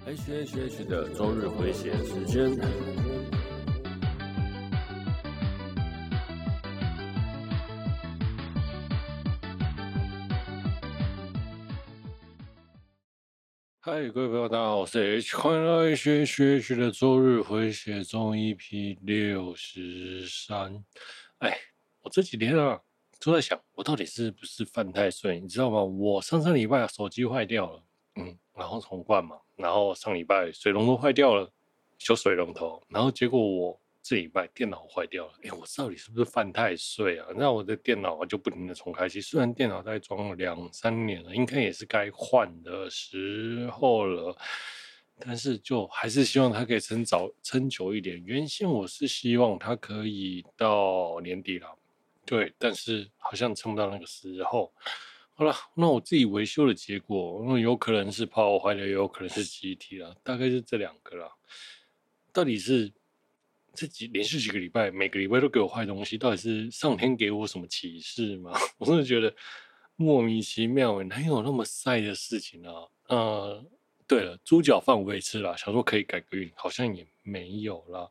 HHH 的周日回血时间。嗨，各位朋友，大家好，我是 H，欢迎来到 HHH 的周日回血中 EP63。我这几天都在想，我到底是不是犯太岁？你知道吗？我上礼拜手机坏掉了，然后重换嘛，然后上礼拜水龙头坏掉了，修水龙头，然后结果我这礼拜电脑坏掉了。我到底是不是犯太岁啊？那我的电脑就不停的重开机，虽然电脑大概装了2-3年了，应该也是该换的时候了，但是就还是希望它可以撑久一点。原先我是希望它可以到年底了，对，但是好像撑不到那个时候。好了，那我自己维修的结果，有可能是泡坏了，也有可能是机体啦，大概是这2个啦。到底是连续几个礼拜，每个礼拜都给我坏东西，到底是上天给我什么启示吗？我真的觉得莫名其妙，哪有那么晒的事情啊？对了，猪脚饭我也吃了，想说可以改个运，好像也没有啦。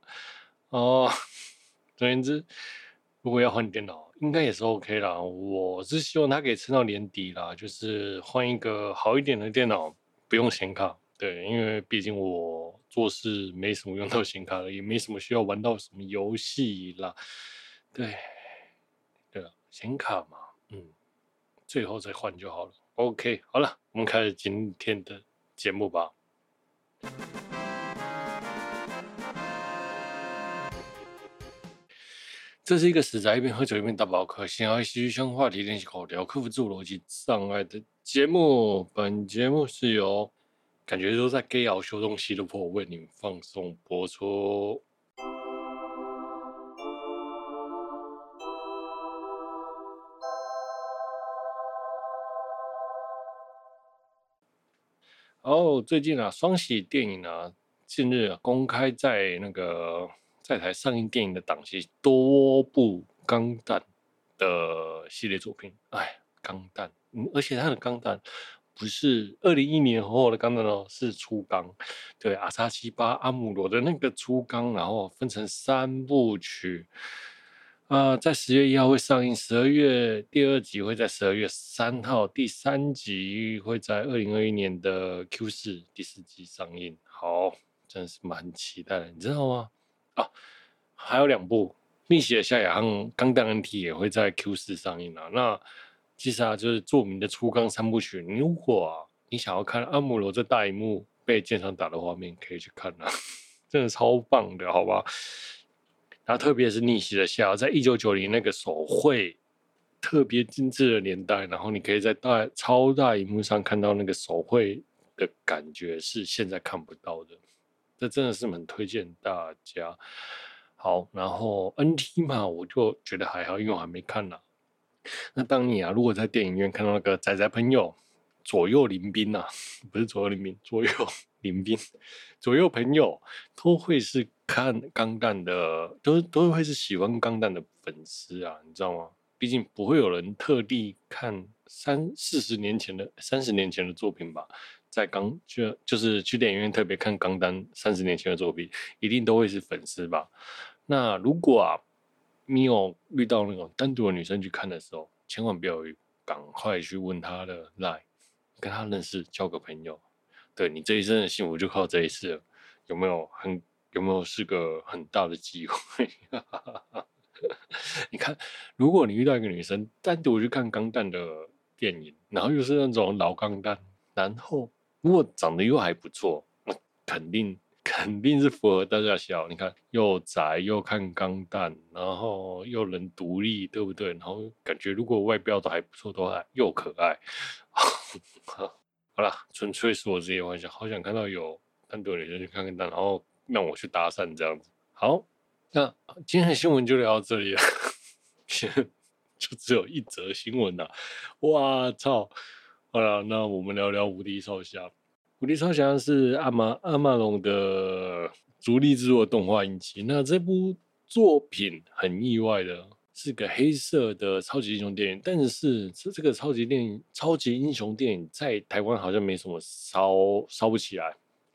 总而言之，如果要换电脑，应该也是 OK 啦。我是希望它可以撑到年底啦，就是换一个好一点的电脑，不用显卡。对，因为毕竟我做事没什么用到显卡了，也没什么需要玩到什么游戏啦。对了，显卡嘛，最后再换就好了。OK， 好了，我们开始今天的节目吧。这是一个死宅一边喝酒一边打保课，想要继续相关话题练习口条，克服自我逻辑障碍的节目。本节目是由感觉都在 gay 熬修东西的我为你们放送播出。最近双喜电影近日公开在在台上映电影的档期，多部钢弹的系列作品。钢弹，而且它的钢弹不是2001年后的钢弹哦，是初钢。对，阿萨奇巴阿姆罗的那个初钢，然后分成3部曲。在10月1号会上映，12月第2集会在12月3号，第3集会在2021年的 Q4 第4集上映。好，真的是蛮期待的，你知道吗？还有2部，逆袭的夏亚和钢弹 NT 也会在 Q4 上映啊。那其实就是著名的初钢3部曲。如果你想要看阿姆罗在大荧幕被剑伤打的画面，可以去看真的超棒的，好吧？然后特别是逆袭的夏，在1990那个手绘特别精致的年代，然后你可以在超大荧幕上看到那个手绘的感觉，是现在看不到的。这真的是很推荐大家。好，然后 NT 嘛，我就觉得还好，因为我还没看呢。那当你如果在电影院看到那个仔仔朋友左右邻兵不是左右邻兵，左右邻兵，左右朋友都会是看钢弹的，都会是喜欢钢弹的粉丝你知道吗？毕竟不会有人特地看30年前的作品吧，就是去电影院特别看钢弹30年前的作品，一定都会是粉丝吧。那如果你有遇到那种单独的女生去看的时候，千万不要犹豫，赶快去问她的 LINE， 跟她认识，交个朋友。对，你这一生的幸福就靠这一次了，有没有是个很大的机会？你看，如果你遇到一个女生单独去看钢弹的电影，然后又是那种老钢弹，然后如果长得又还不错，那肯定是符合大家喜好。你看，又宅又看钢弹，然后又能独立，对不对？然后感觉如果外表都还不错，又可爱。好啦，纯粹是我自己的幻想，好想看到有单独的女生去看钢弹，然后让我去搭讪这样子。好，那今天的新闻就聊到这里了。就只有一则新闻哇操！好了，那我们聊聊无敌少侠。无敌超侠是阿玛龙的独立制作动画影集。那这部作品很意外的是个黑色的超级英雄电影，但是这个超级英雄电影在台湾好像没什么烧不起来。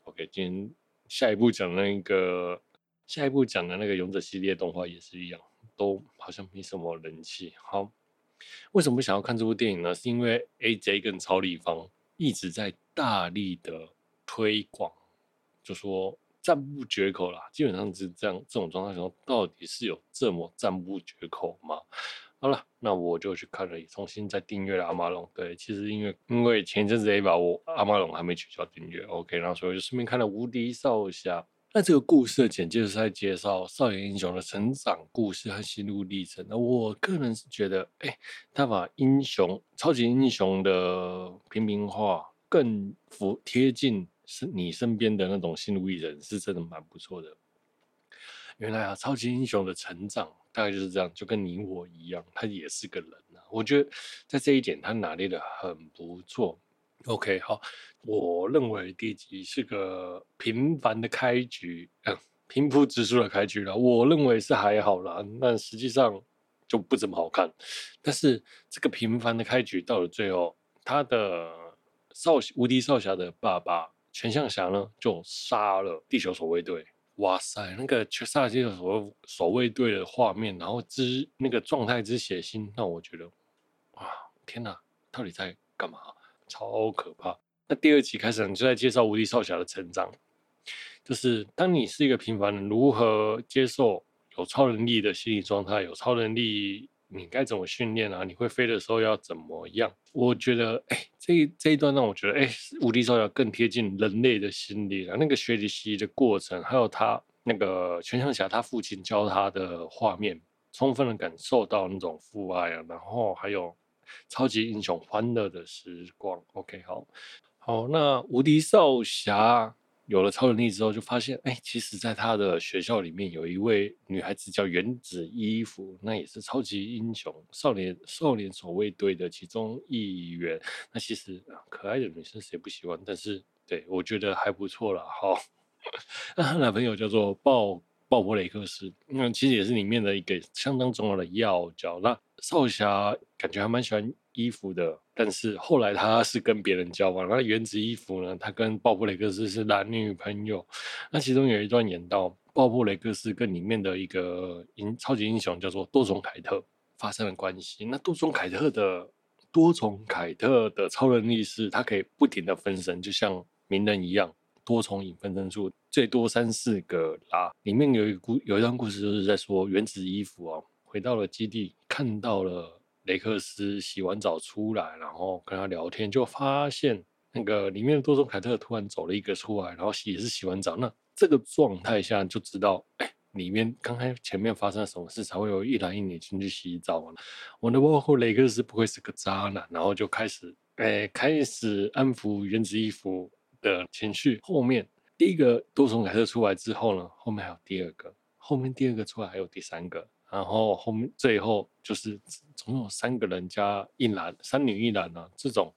OK，今天下一步讲那个下一步讲的那个勇者系列动画也是一样，都好像没什么人气。好，为什么想要看这部电影呢？是因为 AJ 跟超立方一直在大力的推广，就说赞不绝口啦，基本上是这样这种状态，说到底是有这么赞不绝口吗？好了，那我就去看了，重新再订阅了阿玛龙。对，其实因为前一阵子 A 吧，我阿玛龙还没取消订阅，OK，然后所以就顺便看了《无敌少侠》。那这个故事的简介是在介绍少年英雄的成长故事和心路历程。那我个人是觉得，他把超级英雄的平民化更贴近你身边的那种心路历程，是真的蛮不错的。原来啊，超级英雄的成长大概就是这样，就跟你我一样，他也是个人啊。我觉得在这一点他拿捏的很不错。OK，好，我认为第一集是个平凡的开局，平铺直述的开局了。我认为是还好啦，但实际上就不怎么好看。但是这个平凡的开局到了最后，他的无敌少侠的爸爸全相侠呢，就杀了地球守卫队。哇塞，那个萨基的守卫队的画面，然后那个状态之血腥，让我觉得，哇，天哪，到底在干嘛？超可怕。那第二集开始，你就在介绍无敌少侠的成长，就是当你是一个平凡人，如何接受有超能力的心理状态，有超能力，你该怎么训练啊？你会飞的时候要怎么样？我觉得，这一段让我觉得，无敌少侠更贴近人类的心理了。那个学习的过程，还有他那个全相侠他父亲教他的画面，充分的感受到那种父爱啊，然后还有超级英雄欢乐的时光。OK，好，那无敌少侠有了超能力之后，就发现，其实在他的学校里面有一位女孩子叫原子衣服，那也是超级英雄少年守卫队的其中一员。那其实可爱的女生谁不喜欢？但是对我觉得还不错啦。好，那她男朋友叫做鲍勃雷克斯，其实也是里面的一个相当重要的要角。那少侠感觉还蛮喜欢衣服的，但是后来他是跟别人交往。那原子衣服呢，他跟鲍勃雷克斯是男女朋友。那其中有一段演到鲍勃雷克斯跟里面的一个超级英雄叫做多重凯特发生了关系。那多重凯特的超能力是，他可以不停的分身，就像鸣人一样。多重影分身术最多3-4个啦。里面有一段故事，就是在说原子衣服哦，回到了基地，看到了雷克斯洗完澡出来，然后跟他聊天，就发现那个里面的多重凯特突然走了一个出来，然后也是洗完澡。那这个状态下就知道，里面前面发生了什么事，才会有一男一女进去洗澡嘛。我都包括雷克斯不会是个渣男，然后就开始安抚原子衣服的情绪。后面第一个多重凯特出来之后呢，后面还有第二个，后面第二个出来还有第三个，然后最后就是总有3个人加一男，3女1男啊，这种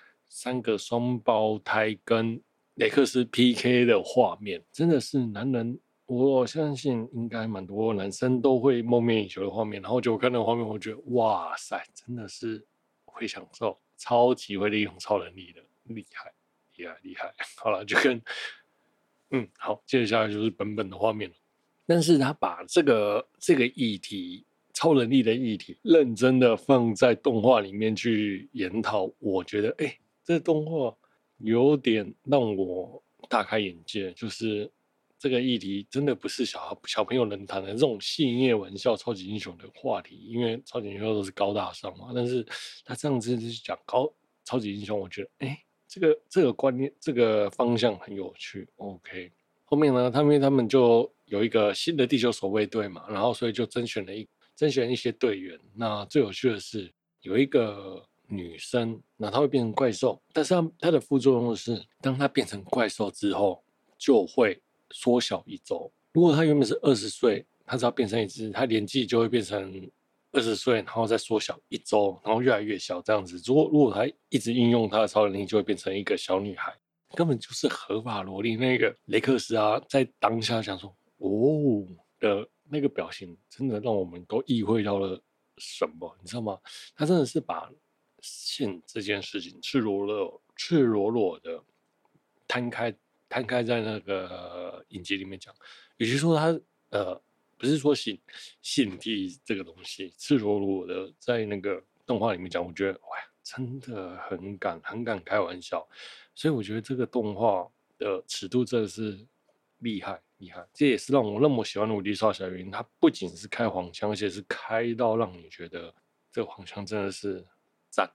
3个双胞胎跟雷克斯 PK 的画面，真的是男人。我相信应该蛮多男生都会梦寐以求的画面，然后就看那个画面，我觉得哇塞，真的是会享受，超级会利用超能力的，厉害。厉害。好了，就跟好，接下来就是本的画面了。但是他把这个议题，超能力的议题，认真的放在动画里面去研讨，我觉得这动画有点让我大开眼界，就是这个议题真的不是小朋友能谈的这种戏谑玩笑超级英雄的话题，因为超级英雄都是高大上嘛，但是他这样子去讲超级英雄，我觉得这个观念这个方向很有趣。OK，后面呢，他们就有一个新的地球守卫队嘛，然后所以就甄选一些队员。那最有趣的是有一个女生，那她会变成怪兽，但是她的副作用是，当她变成怪兽之后，就会缩小1周。如果她原本是20岁，她只要变成一只，她年纪就会变成20岁，然后再缩小1周，然后越来越小这样子。如果她一直应用她的超能力，就会变成一个小女孩。根本就是合法萝莉。那个雷克斯啊，在当下讲说哦的那个表情，真的让我们都意会到了什么，你知道吗？他真的是把性这件事情赤裸裸的摊摊开在那个影集里面讲，与其说他不是说性癖这个东西赤裸裸的在那个动画里面讲，我觉得哇，真的很敢开玩笑，所以我觉得这个动画的尺度真的是厉害厉害，这也是让我那么喜欢的无敌少侠的原因。它不仅是开黄腔，而且是开到让你觉得这个黄腔真的是赞。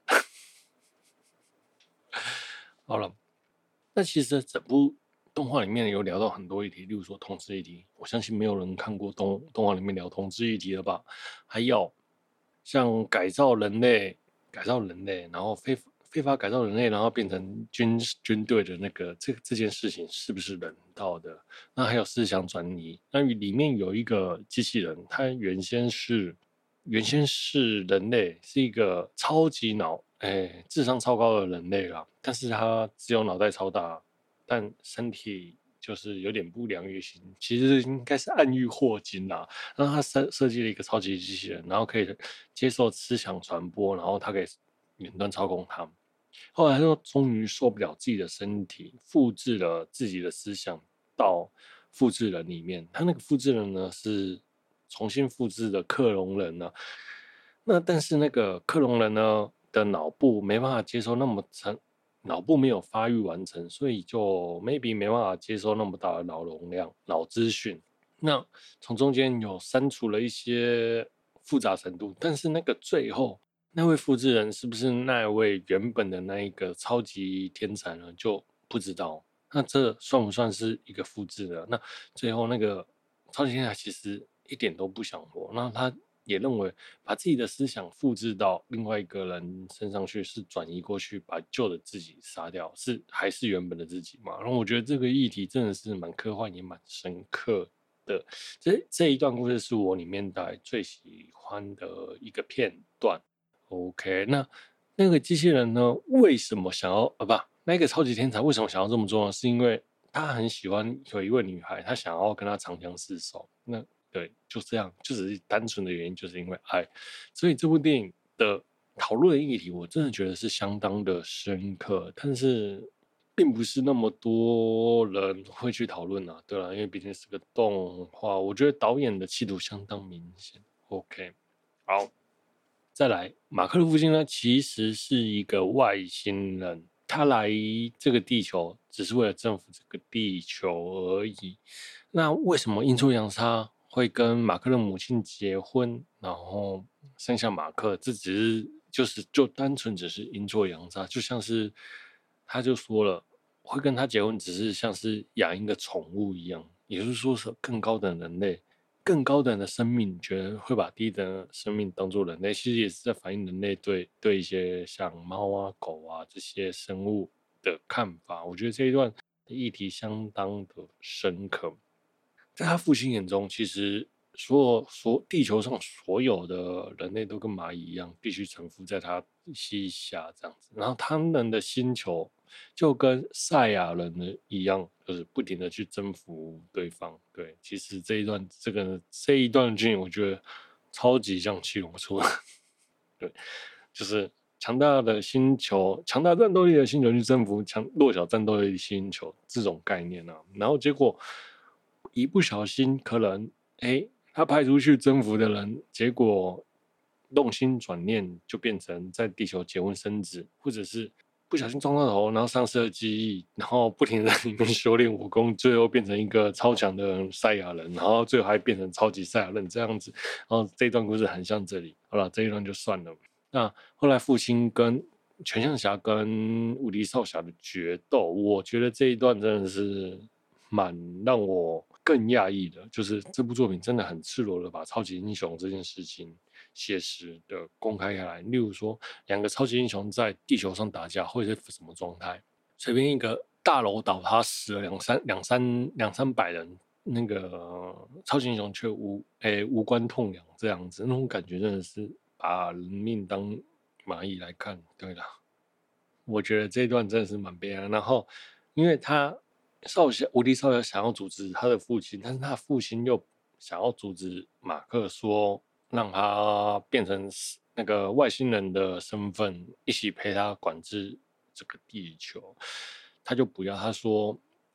好了，那其实整部动画里面有聊到很多议题，例如说同志议题，我相信没有人看过动画里面聊同志议题了吧？还有像改造人类，然后非法改造人类，然后变成军队的那个这件事情是不是人道的？那还有思想转移，那里面有一个机器人，它原先是人类，是一个超级智商超高的人类啦，但是他只有脑袋超大，但身体就是有点不良于行，其实应该是暗喻霍金啦。然后他设计了一个超级机器人，然后可以接受思想传播，然后他可以远端操控他们。后来他就终于受不了自己的身体，复制了自己的思想到复制人里面。他那个复制人呢是重新复制的克隆人呢，那但是那个克隆人呢的脑部没办法接收那么长，脑部没有发育完成，所以就 maybe 没办法接收那么大的脑容量、脑资讯。那从中间有删除了一些复杂程度，但是那个最后那位复制人是不是那位原本的那一个超级天才呢？就不知道。那这算不算是一个复制呢？那最后那个超级天才其实一点都不想活，那他也认为把自己的思想复制到另外一个人身上去，是转移过去把旧的自己杀掉，是还是原本的自己嘛？然后我觉得这个议题真的是蛮科幻也蛮深刻的。这一段故事是我里面最喜欢的一个片段。OK，那个机器人呢？为什么想要不？那个超级天才为什么想要这么做呢？是因为他很喜欢有一位女孩，他想要跟她长相厮守。那对，就这样，就只是单纯的原因，就是因为爱。所以这部电影的讨论的议题，我真的觉得是相当的深刻，但是并不是那么多人会去讨论啊。对啦，因为毕竟是个动画，我觉得导演的企图相当明显。OK，好。再来，马克的父亲呢，其实是一个外星人，他来这个地球只是为了征服这个地球而已。那为什么阴错阳差会跟马克的母亲结婚，然后生下马克？这只是就单纯只是阴错阳差，就像是他就说了，会跟他结婚，只是像是养一个宠物一样，也就是说是更高等人类。更高等的生命，觉得会把低等的生命当做人类，其实也是在反映人类对一些像猫啊、狗啊这些生物的看法。我觉得这一段的议题相当的深刻。在他父亲眼中，其实地球上所有的人类都跟蚂蚁一样，必须臣服在他膝下这样子。然后他们的星球就跟赛亚人的一样，就是不停的去征服对方。对，其实这一段剧情，我觉得超级像七龙珠。对，就是强大的星球、强大战斗力的星球去征服弱小战斗力的星球这种概念啊。然后结果一不小心，可能他派出去征服的人，结果动心转念，就变成在地球结婚生子，或者是不小心撞到头，然后丧失了记忆，然后不停地在里面修炼武功，最后变成一个超强的赛亚人，然后最后还变成超级赛亚人这样子。然后这一段故事很像这里，好了，这一段就算了。那后来父亲跟全相侠跟无敌少侠的决斗，我觉得这一段真的是蛮让我更讶异的，就是这部作品真的很赤裸的把超级英雄这件事情写实的公开开来。例如说，两个超级英雄在地球上打架会是什么状态？随便一个大楼倒塌死了两三百人，那个超级英雄却无关痛痒这样子，那种感觉真的是把人命当蚂蚁来看。对啦，我觉得这一段真的是蛮悲哀。然后，因为无敌少侠想要阻止他的父亲，但是他的父亲又想要阻止马克说，让他变成那个外星人的身份，一起陪他管制这个地球。他就不要，他说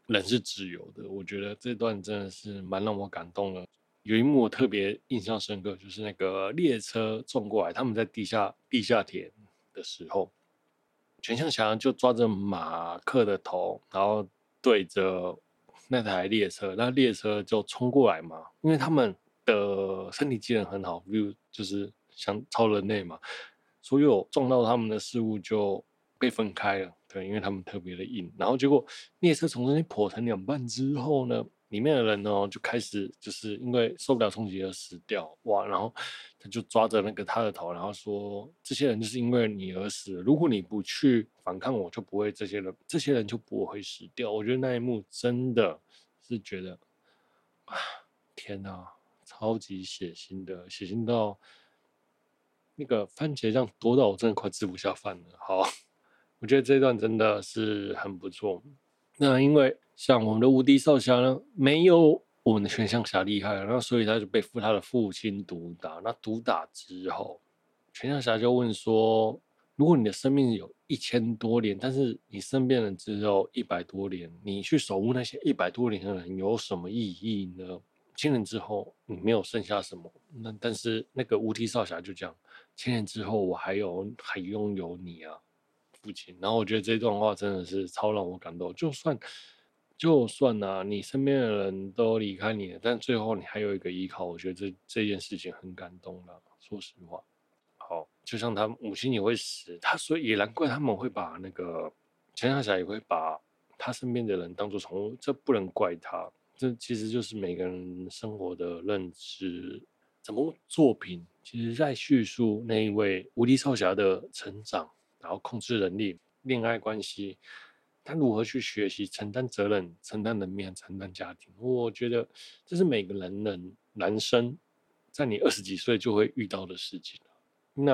人是自由的。我觉得这段真的是蛮让我感动的。有一幕我特别印象深刻，就是那个列车撞过来，他们在地下铁的时候，全相侠就抓着马克的头，然后对着那台列车，那列车就冲过来嘛，因为他们的身体机能很好，比如就是像超人类嘛，所有撞到他们的事物就被分开了，对，因为他们特别的硬。然后结果列车从中间破成两半之后呢，里面的人呢就开始就是因为受不了冲击而死掉，哇！然后他就抓着那个他的头，然后说：“这些人就是因为你而死，如果你不去反抗我，就不会这些人就不会死掉。”我觉得那一幕真的是觉得啊，天哪，超级血腥的，血腥到那个番茄酱多到我真的快吃不下饭了。好，我觉得这一段真的是很不错。那因为像我们的无敌少侠呢，没有我们的全相侠厉害，然后所以他就被他的父亲毒打。那毒打之后，全相侠就问说：如果你的生命有1000多年，但是你身边人只有100多年，你去守护那些100多年的人有什么意义呢？1000年之后，你没有剩下什么。那但是那个无敌少侠就讲：1000年之后，我还拥有你啊。父亲，然后我觉得这段话真的是超让我感动。就算你身边的人都离开你了，但最后你还有一个依靠，我觉得这件事情很感动了。说实话，好，就像他母亲也会死，所以也难怪他们会把那个陈小霞也会把他身边的人当做宠物，这不能怪他，这其实就是每个人生活的认知。整部作品其实在叙述那一位无敌少侠的成长，然后控制能力、恋爱关系，他如何去学习承担责任、承担人命、承担家庭。我觉得这是每个男生在你20几岁就会遇到的事情。那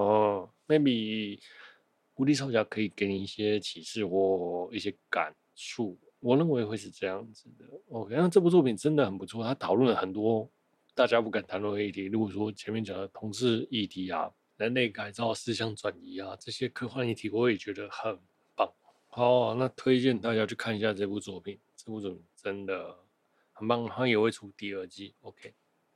maybe 无敌少侠可以给你一些启示或一些感触，我认为会是这样子的。OK，那这部作品真的很不错，它讨论了很多大家不敢谈论的议题，例如说前面讲的同志议题啊、人类改造、思想转移啊这些科幻议题，我也觉得很棒。好，那推荐大家去看一下这部作品，这部作品真的很棒，它也会出第二季。OK。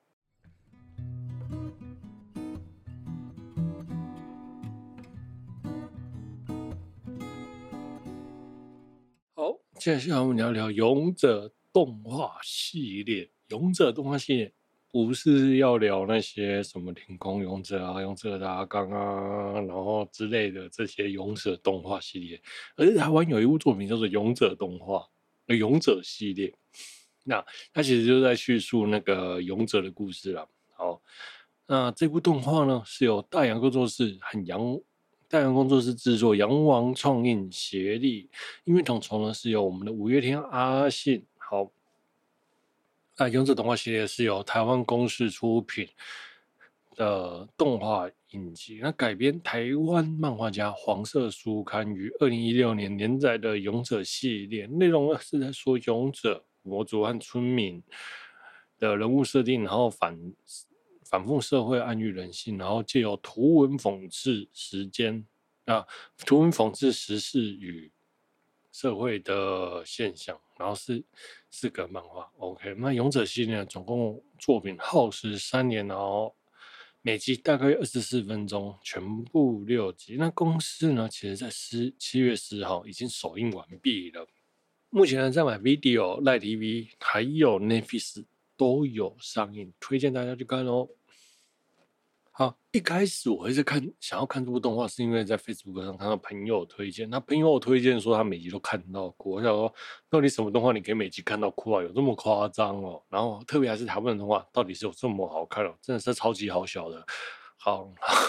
好，接下来我们聊聊勇者动画系列。勇者动画系列不是要聊那些什么天空勇者啊、勇者的阿刚啊，然后之类的这些勇者动画系列，而是台湾有一部作品叫做《勇者动画》勇者系列。那它其实就是在叙述那个勇者的故事啦。好，那这部动画呢是由大洋工作室制作，洋王创印协力，音乐统筹呢是由我们的五月天阿信。好，勇者动画系列是由台湾公视出品的动画影集，那改编台湾漫画家黄色书刊于2016年连载的勇者系列，内容呢是在说勇者、魔族和村民的人物设定，然后反复社会暗喻人性，然后借由图文讽刺图文讽刺时事与社会的现象，然后是个漫画。OK，那勇者系列总共作品耗时3年，然后每集大概24分钟，全部6集。那公司呢，其实在7月10号已经首映完毕了。目前呢，在买 Video、Lite TV 还有 Netflix 都有上映，推荐大家去看哦。好，一开始我会想要看这部动画，是因为在 Facebook 上看到朋友推荐，那朋友推荐说他每集都看到哭，我想说到底什么动画你可以每集看到哭啊？有这么夸张哦？然后特别还是台湾的动画，到底是有这么好看哦？真的是超级好笑的。好，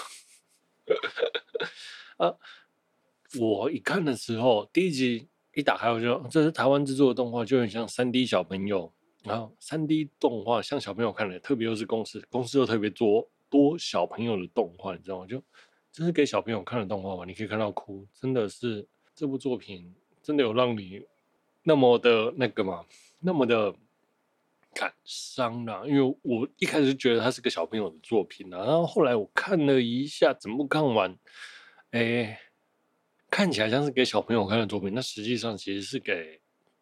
啊，我一看的时候，第一集一打开我就这是台湾制作的动画，就很像3D 小朋友，然后3D 动画像小朋友看的，特别又是公司又特别多小朋友的动画，你知道吗？这是给小朋友看的动画嘛，你可以看到哭，真的是这部作品真的有让你那么的那个嘛，那么的感伤啦。因为我一开始觉得它是个小朋友的作品啦，然后后来我看了一下，整部看完，哎，看起来像是给小朋友看的作品，那实际上其实是给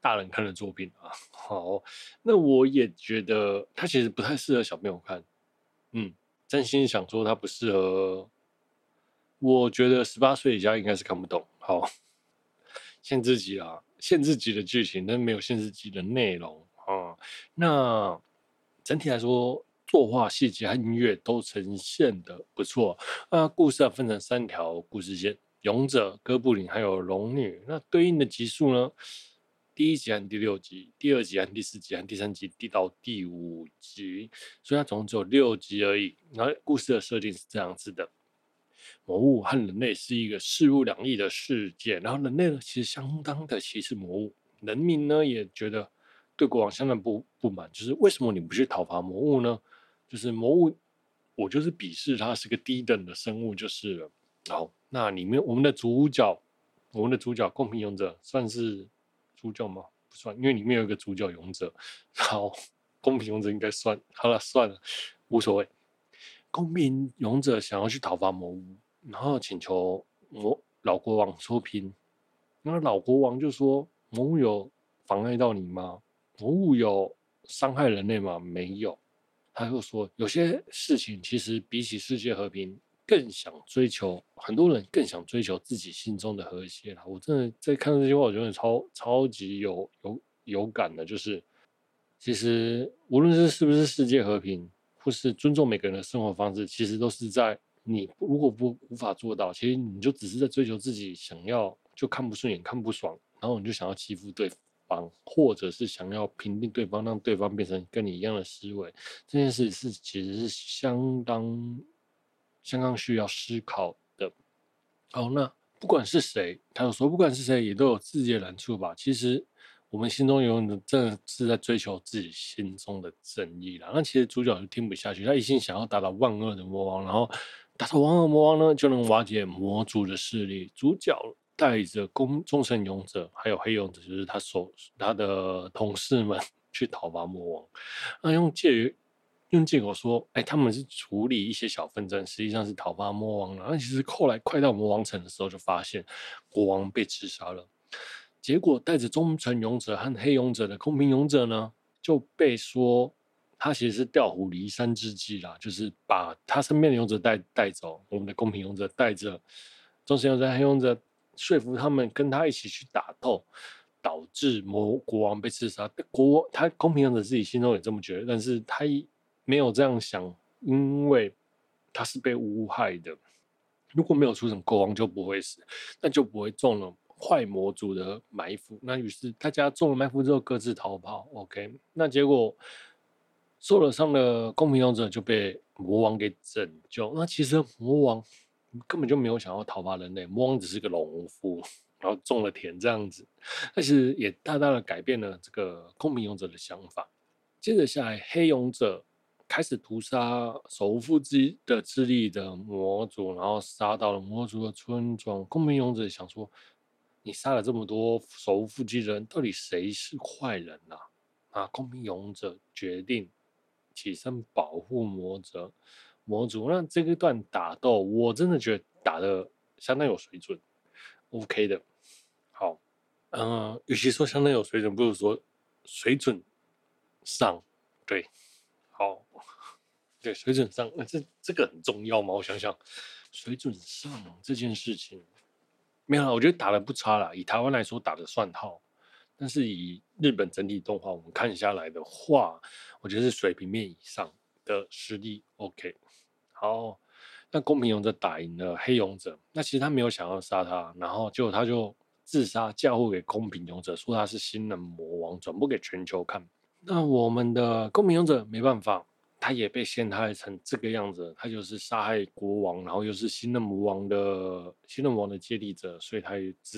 大人看的作品啊。好，那我也觉得它其实不太适合小朋友看。真心想说它不适合，我觉得18岁以下应该是看不懂。好，限制级啦，限制级的剧情，但没有限制级的内容啊。那整体来说，作画、细节和音乐都呈现的不错。那故事分成3条故事线：勇者、哥布林还有龙女。那对应的集数呢？第1集和第6集，第2集和第4集和第3集到第5集，所以它总共只有6集而已。然后故事的设定是这样子的：魔物和人类是一个势不两立的世界，然后人类呢其实相当的歧视魔物，人民呢也觉得对国王相当不满，就是为什么你不去讨伐魔物呢？就是魔物，我就是鄙视它是个低等的生物就是了。好，那里面我们的主角公平勇者算是主角吗？不算，因为里面有一个主角勇者。好，公平勇者应该算。好了，算了，无所谓。公平勇者想要去讨伐魔物，然后请求老国王说平。那老国王就说：魔物有妨碍到你吗？魔物有伤害人类吗？没有。他又说，有些事情其实比起世界和平，很多人更想追求自己心中的和谐啦。我真的在看到这句话，我觉得超级有感的，就是其实无论是不是世界和平，或是尊重每个人的生活方式，其实都是在你如果无法做到，其实你就只是在追求自己想要，就看不顺眼、看不爽，然后你就想要欺负对方，或者是想要平定对方，让对方变成跟你一样的思维。这件事其实是相当需要思考的。好，那不管是谁，他有说不管是谁也都有自己的难处吧。其实我们心中永远真的是在追求自己心中的正义啦。那其实主角就听不下去，他一心想要打倒万恶的魔王，然后打倒万恶魔王呢，就能瓦解魔族的势力。主角带着忠诚勇者还有黑勇者，就是他的同事们去讨伐魔王。那用借口说，他们是处理一些小纷争，实际上是讨伐魔王了。那其实后来快到魔王城的时候，就发现国王被刺杀了。结果带着忠诚勇者和黑勇者的公平勇者呢，就被说他其实是调虎离山之计啦，就是把他身边的勇者带走，我们的公平勇者带着忠诚勇者、黑勇者，说服他们跟他一起去打斗。导致国王被刺杀，他公平勇者自己心中也这么觉得，但是他没有这样想，因为他是被诬害的。如果没有出城，国王就不会死，那就不会中了坏魔族的埋伏。那于是大家中了埋伏之后各自逃跑。OK，那结果受了伤的公平勇者就被魔王给拯救。那其实魔王根本就没有想要讨伐人类，魔王只是个农夫，然后种了田这样子。但是也大大的改变了这个公平勇者的想法。接着下来，黑勇者开始屠杀手无缚鸡的智力的魔族，然后杀到了魔族的村庄。公平勇者想说：你杀了这么多手无缚鸡的人，到底谁是坏人啊？公平勇者决定起身保护魔族。那这一段打斗，我真的觉得打的相当有水准，OK 的。好，与其说相当有水准，不如说水准上，对，好，对，水准上，这个很重要吗？我想想，水准上这件事情，没有啦，我觉得打的不差啦，以台湾来说打的算好，但是以日本整体动画我们看下来的话，我觉得是水平面以上的实力 OK。好，那公平勇者打赢了黑勇者，那其实他没有想要杀他，然后结果他就自杀嫁祸给公平勇者，说他是新人魔王，转播给全球看。那我们的公平勇者没办法，他也被陷害成这个样子，他就是杀害国王，然后又是新任魔王的接替者，所以他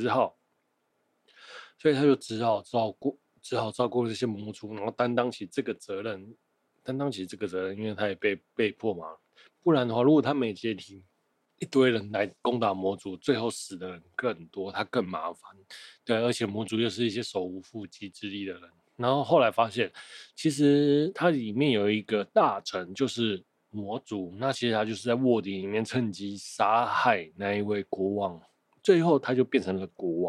就只好照顾这些魔族，然后担当起这个责任，因为他也被迫嘛，不然的话，如果他没接替，一堆人来攻打魔族，最后死的人更多，他更麻烦。对，而且魔族又是一些手无缚鸡之力的人。然后后来发现，其实它里面有一个大臣，就是魔族，那其实他就是在卧底里面趁机杀害那一位国王，最后他就变成了国王。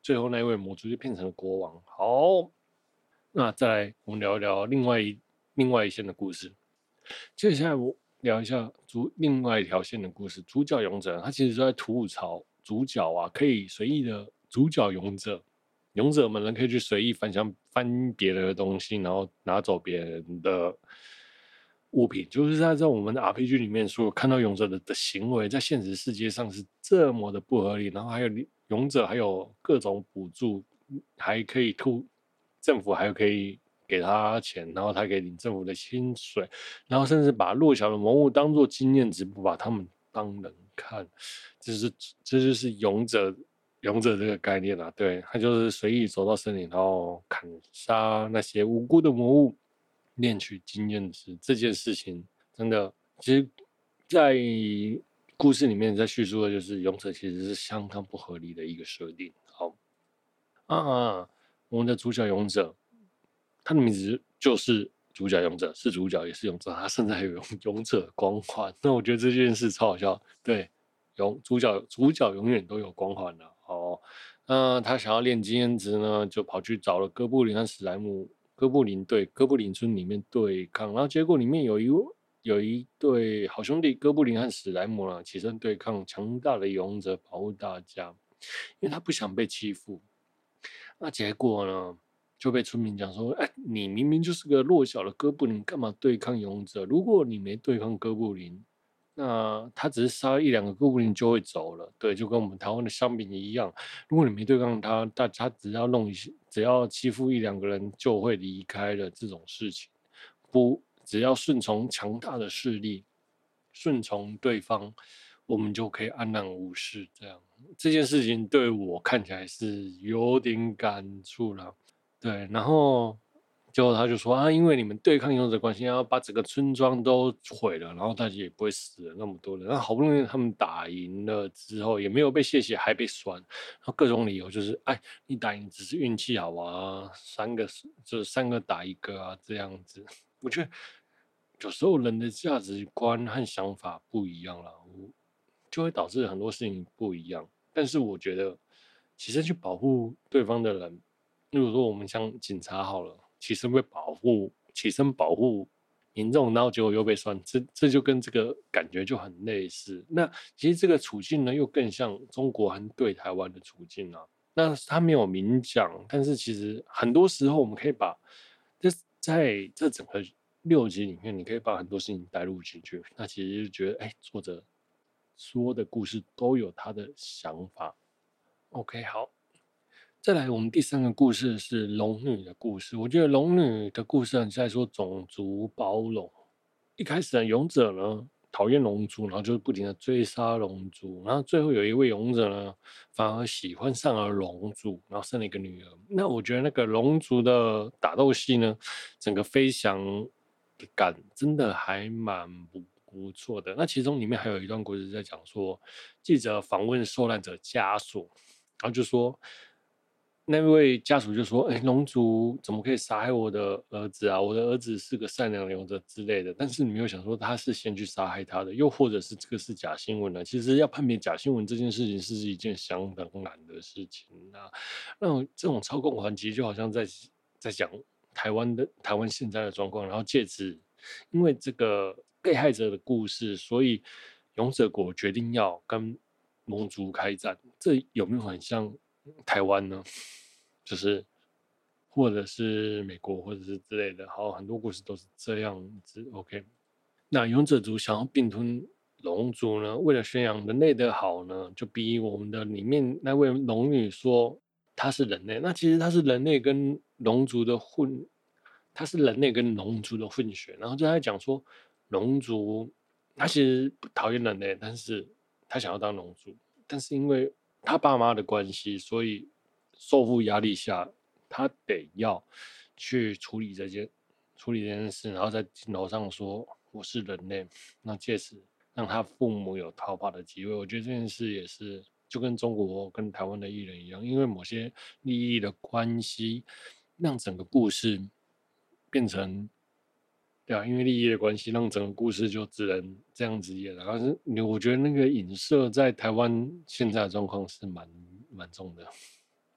最后那一位魔族就变成了国王。好，那再来我们聊一聊另外一线的故事。接下来我聊一下另外一条线的故事。主角勇者他其实就在吐槽主角啊，可以随意的主角勇者们呢可以去随意翻别人的东西，然后拿走别人的物品，就是在我们的 RPG 里面所看到勇者的行为，在现实世界上是这么的不合理。然后还有勇者还有各种补助，还可以政府还可以给他钱，然后他可以领政府的薪水，然后甚至把弱小的魔物当做经验值，不把他们当人看。这就是勇者这个概念啊，对，他就是随意走到森林，然后砍杀那些无辜的魔物，练取经验值。这件事情真的，其实，在故事里面在叙述的就是勇者其实是相当不合理的一个设定。好我们的主角勇者，他的名字就是主角勇者，是主角也是勇者，他甚至还有勇者光环。那我觉得这件事超好笑，对，主角永远都有光环的哦。他想要练经验值呢，就跑去找了哥布林和史莱姆，哥布林村里面对抗，然后结果里面有一对好兄弟哥布林和史莱姆呢起身对抗强大的勇者，保护大家，因为他不想被欺负。那结果呢，就被村民讲说：“哎，你明明就是个弱小的哥布林，干嘛对抗勇者？如果你没对抗哥布林，那他只是杀一两个哥布林就会走了。对，就跟我们台湾的香饼一样，如果你没对抗他，他只要欺负一两个人就会离开了。这种事情，只要顺从强大的势力，顺从对方，我们就可以安然无事。这件事情对我看起来是有点感触了。对，然后结果他就说啊，因为你们对抗勇者关系，要把整个村庄都毁了，然后大家也不会死了那么多人。然后好不容易他们打赢了之后，也没有被谢谢，还被酸，然后各种理由就是，哎，你打赢只是运气好啊，就是三个打一个啊，这样子。我觉得有时候人的价值观和想法不一样了，就会导致很多事情不一样。但是我觉得，起身去保护对方的人，如果说我们像警察好了，起身保护民众，然后结果又被酸，这就跟这个感觉就很类似。那其实这个处境呢，又更像中国和对台湾的处境啊。那他没有明讲，但是其实很多时候我们可以在这整个6集里面，你可以把很多事情带入进去。那其实就觉得，哎，作者说的故事都有他的想法。OK，好，再来我们第3个故事是龙女的故事。我觉得龙女的故事是在说种族包容。一开始的勇者呢讨厌龙族，然后就是不停的追杀龙族，然后最后有一位勇者呢反而喜欢上了龙族，然后生了一个女儿。那我觉得那个龙族的打斗戏呢，整个飞翔的感真的还蛮不错的。那其中里面还有一段故事在讲说，记者访问受难者家属，然后就说那位家属就说：“哎，龙族怎么可以杀害我的儿子啊？我的儿子是个善良的勇者之类的。”但是你没有想说他是先去杀害他的，又或者是这个是假新闻呢？其实要判别假新闻这件事情是一件相当难的事情啊。那这种操控环节就好像在讲台湾现在的状况，然后借此因为这个被害者的故事，所以勇者国决定要跟龙族开战。这有没有很像台湾呢？就是或者是美国，或者是之类的，好，很多故事都是这样子。OK，那勇者族想要并吞龙族呢，为了宣扬人类的好呢，就逼我们的里面那位龙女说她是人类。那其实她是人类跟龙族的混，她是人类跟龙族的混血。然后就在讲说，龙族他其实不讨厌人类，但是他想要当龙族，但是因为他爸妈的关系，所以受负压力下，他得要去处理这件事，然后在镜头上说我是人类，那借此让他父母有逃跑的机会。我觉得这件事也是就跟中国跟台湾的艺人一样，因为某些利益的关系，让整个故事变成。对啊，因为利益的关系，让整个故事就只能这样子演了。然后我觉得那个影射在台湾现在的状况是蛮重的。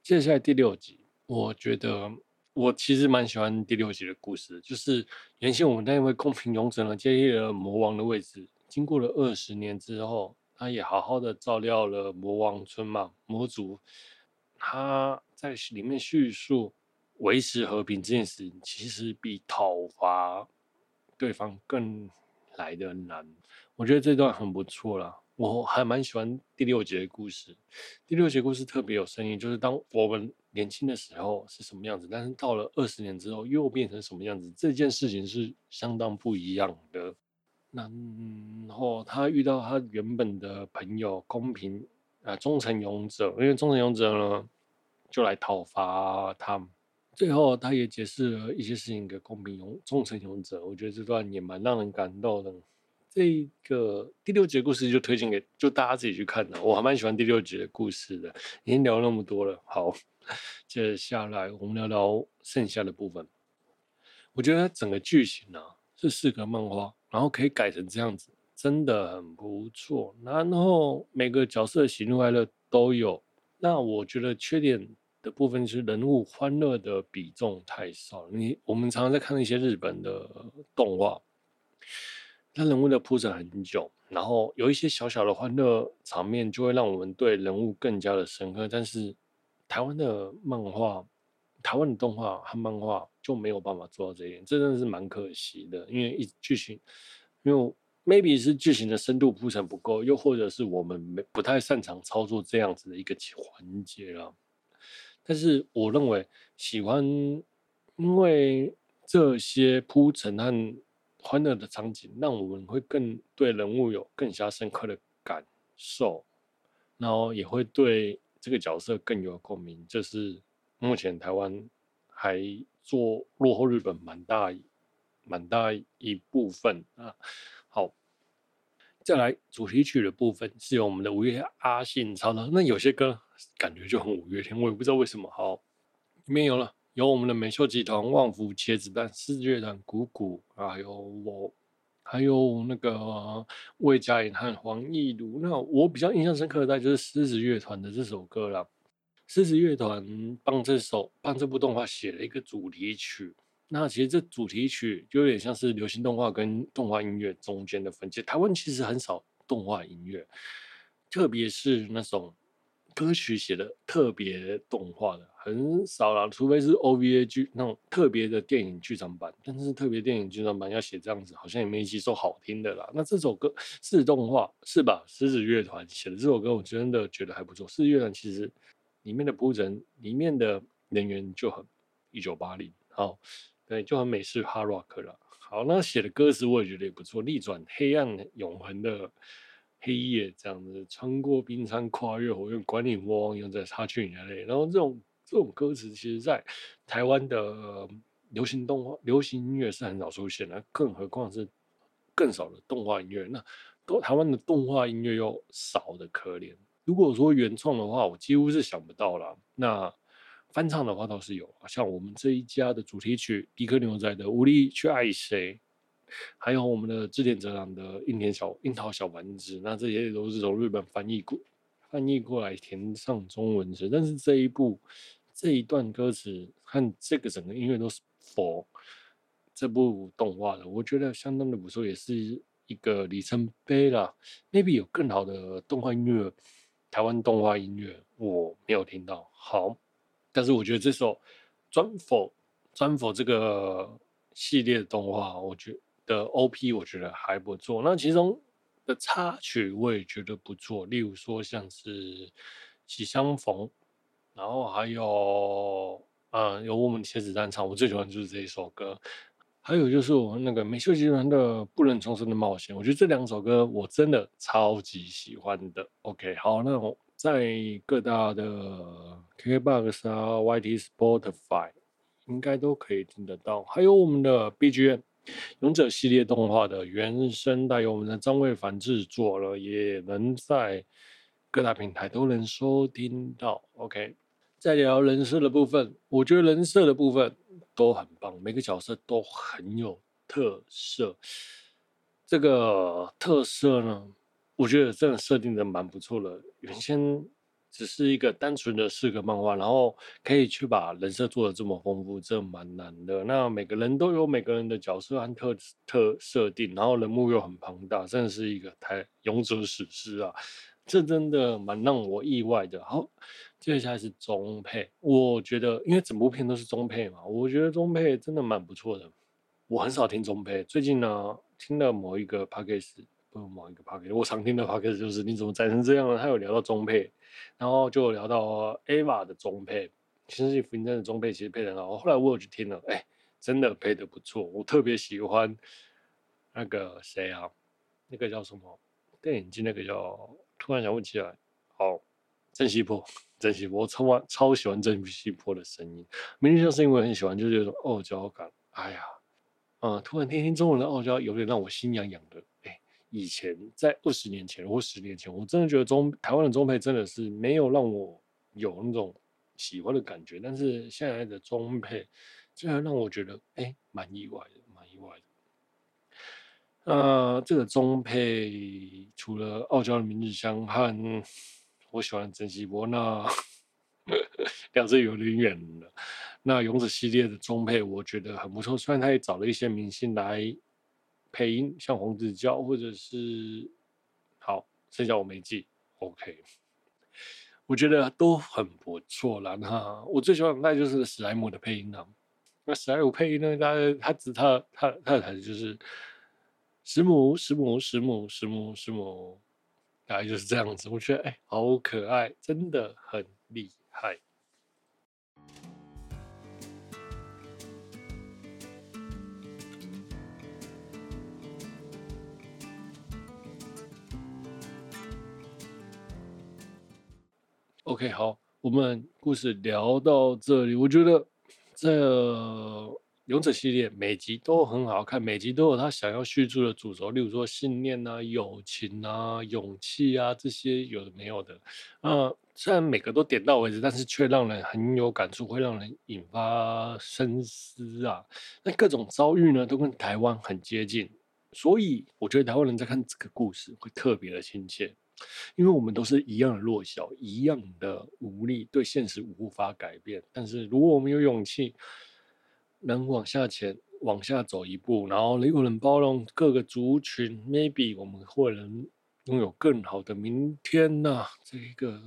接下来第6集，我觉得我其实蛮喜欢第6集的故事，就是原先我们那位公平勇者呢接替了魔王的位置，经过了20年之后，他也好好的照料了魔王村嘛，魔族。他在里面叙述维持和平这件事情，其实比讨伐对方更来的难。我觉得这段很不错啦，我还蛮喜欢第6节的故事。第6节故事特别有深意，就是当我们年轻的时候是什么样子，但是到了20年之后又变成什么样子，这件事情是相当不一样的。然后他遇到他原本的朋友公平忠诚勇者，因为忠诚勇者呢就来讨伐他，最后他也解释了一些事情给公平忠诚勇者，我觉得这段也蛮让人感动的。这个第6节故事就推荐给就大家自己去看的，我还蛮喜欢第6节的故事的。已经聊那么多了，好，接下来我们聊聊剩下的部分。我觉得整个剧情啊是适合漫画，然后可以改成这样子，真的很不错。然后每个角色的喜怒哀乐都有。那我觉得缺点的部分是人物欢乐的比重太少了。我们常常在看一些日本的动画，它人物的铺陈很久，然后有一些小小的欢乐场面，就会让我们对人物更加的深刻。但是台湾的漫画、台湾的动画和漫画就没有办法做到这一点，这真的是蛮可惜的。因为剧情，因为 maybe 是剧情的深度铺陈不够，又或者是我们不太擅长操作这样子的一个环节啦。但是我认为喜欢，因为这些铺陈和欢乐的场景，让我们会更对人物有更加深刻的感受，然后也会对这个角色更有共鸣。这是目前台湾还做落后日本蛮大一部分啊。好，再来主题曲的部分是由我们的五月阿信唱的，那有些歌感觉就很五月天，我也不知道为什么。好，里面有我们的美秀集团、旺福、茄子蛋、狮子乐团、谷谷，还有我，还有那个魏佳莹和黄义儒。那我比较印象深刻的，大概就是狮子乐团的这首歌啦。狮子乐团帮这部动画写了一个主题曲。那其实这主题曲就有点像是流行动画跟动画音乐中间的分界。台湾其实很少动画音乐，特别是那种歌曲写的特别动画的很少啦，除非是 OVA 剧那种特别的电影剧场版。但是特别电影剧场版要写这样子，好像也没几首好听的啦。那这首歌是动画是吧？狮子乐团写的这首歌，我真的觉得还不错。狮子乐团其实里面的铺陈，里面的人员就很1980，好，对，就很美式哈 rock 了。好，那写的歌词我也觉得也不错，逆转黑暗永恒的黑夜，这样子穿过冰川，跨越火焰，管你魔王永在擦去你的泪。然后这种歌词，其实在台湾的流行动画、流行音乐是很少出现的，更何况是更少的动画音乐。那台湾的动画音乐又少的可怜。如果说原创的话，我几乎是想不到啦。那翻唱的话倒是有，像我们这一家的主题曲迪克牛仔的《无力去爱谁》，还有我们的织田哲郎的樱桃小丸子，那这些都是从日本翻译过来填上中文词。但是这一段歌词和这个整个音乐都是 for 这部动画的，我觉得相当的不错，也是一个里程碑啦。maybe 有更好的动画音乐，台湾动画音乐我没有听到。好，但是我觉得这首专否这个系列的动画，我觉得 OP 我觉得还不错。那其中的插曲我也觉得不错，例如说像是喜相逢，然后还有有我们茄子蛋唱，我最喜欢就是这一首歌。还有就是我们那个美秀集团的《不能重生的冒险》，我觉得这2首歌我真的超级喜欢的。OK，好，那我在各大的 KKBOX 啊、YT、Spotify 应该都可以听得到。还有我们的 BGM，勇者系列动画的原声带由我们的张卫凡制作了，也能在各大平台都能收听到。OK。再聊人设的部分，我觉得人设的部分都很棒，每个角色都很有特色。这个特色呢，我觉得真的设定的蛮不错的。原先只是一个单纯的4个漫画，然后可以去把人设做得这么丰富，这蛮难的。那每个人都有每个人的角色和特设定，然后人物又很庞大，真的是一个勇者史诗啊！这真的蛮让我意外的。好，接下来是中配，我觉得因为整部片都是中配嘛，我觉得中配真的蛮不错的。我很少听中配，最近呢听了某一个 podcast， 不是某一个 podcast， 我常听的 podcast 就是你怎么宅成这样了？他有聊到中配，然后就有聊到 Ava 的中配，新世纪福音战的中配其实配得很好。后来我有去听了，真的配得不错。我特别喜欢那个谁啊，那个叫什么电影机，那个叫突然想不起来。好，郑希波，郑希波，我超喜欢郑希波的声音，明明就是因为很喜欢，就是有种傲娇感。哎呀。突然听听中文的傲娇，有点让我心痒痒的。以前在20年前或10年前，我真的觉得台湾的中配真的是没有让我有那种喜欢的感觉，但是现在的中配，竟然让我觉得蛮意外的，蛮意外的。这个中配除了傲娇的明日香和我喜欢的曾希波，那两者有点远了。那勇者系列的中配我觉得很不错，虽然他也找了一些明星来配音，像黄子佼或者是剩下我没记。OK，我觉得都很不错啦。那我最喜欢的那就是史莱姆的配音啦。那史莱姆配音呢，他的台词就是师母师母师母师母师母，大概就是这样子。我觉得好可爱，真的很厉害。OK，好，我们故事聊到这里，我觉得这勇者系列每集都很好看，每集都有他想要叙述的主轴，例如说信念啊、友情啊、勇气啊这些有的没有的。虽然每个都点到为止，但是却让人很有感触，会让人引发深思啊。那各种遭遇呢，都跟台湾很接近，所以我觉得台湾人在看这个故事会特别的亲切。因为我们都是一样的弱小，一样的无力，对现实无法改变。但是如果我们有勇气，能往下走一步，然后如果能包容各个族群，maybe 我们会能拥有更好的明天呐、这一个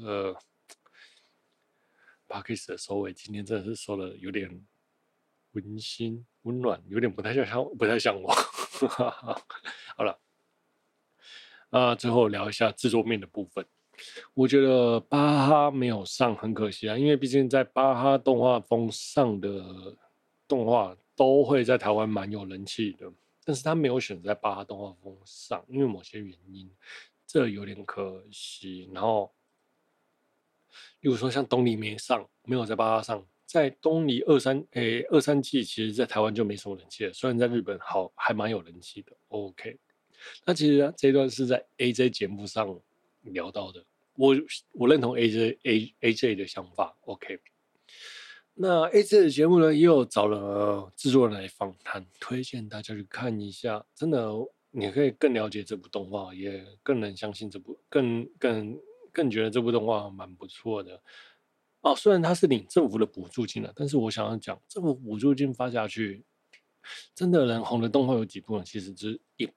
Parkes 的收尾，今天真的是说的有点温馨温暖，有点不太像我。好了，最后聊一下制作面的部分。我觉得巴哈没有上很可惜啊，因为毕竟在巴哈动画风上的动画都会在台湾蛮有人气的，但是他没有选择在巴哈动画风上，因为某些原因，这有点可惜。然后，例如说像东尼没上，没有在巴哈上，在东尼二三季，其实在台湾就没什么人气了，虽然在日本还蛮有人气的。OK，那其实这一段是在 AJ 节目上聊到的。我认同 AJ 的想法，OK。那 AJ 的节目呢，也有找了制作人来访谈，推荐大家去看一下。真的，你可以更了解这部动画，也更能相信更觉得这部动画蛮不错的。虽然它是领政府的补助金了，但是我想要讲，政府补助金发下去，真的能红的动画有几部呢？其实只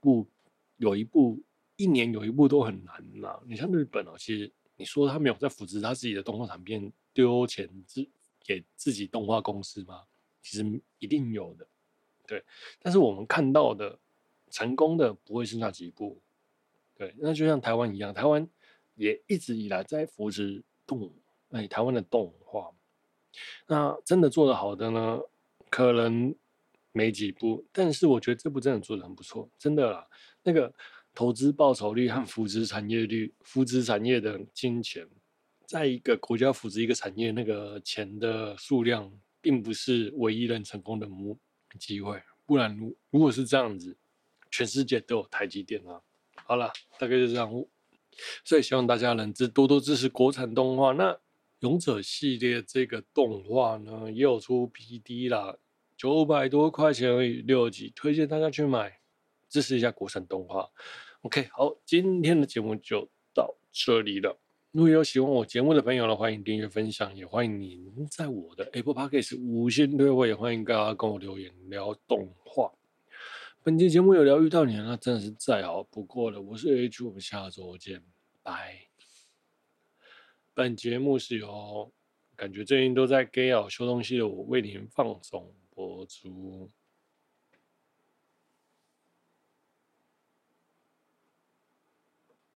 一年有一部都很难啦。你像日本其实你说他没有在扶持他自己的动画产片，丢钱给自己动画公司吗？其实一定有的，对。但是我们看到的成功的不会是那几部，对。那就像台湾一样，台湾也一直以来在扶持台湾的动画。那真的做得好的呢，可能没几部，但是我觉得这部真的做得很不错，真的啦。那个投资报酬率和扶植产业的金钱，在一个国家扶植一个产业，那个钱的数量，并不是唯一能成功的机会。不然如果是这样子，全世界都有台积电啊。好了，大概就这样。所以希望大家能多多支持国产动画。那勇者系列这个动画呢，也有出 PD 啦，900多块钱而已，6集，推荐大家去买，支持一下国产动画。OK，好，今天的节目就到这里了。 如果有喜欢我节目的朋友呢，欢迎订阅分享，也欢迎您在我的 Apple Podcast 五星推我，也欢迎大家跟我留言聊动画。本期节目有疗愈到你，那真的是再好不过了。我是 H，我们下周见，拜。本节目是由感觉最近都在 gay 修东西的我为您放松播出。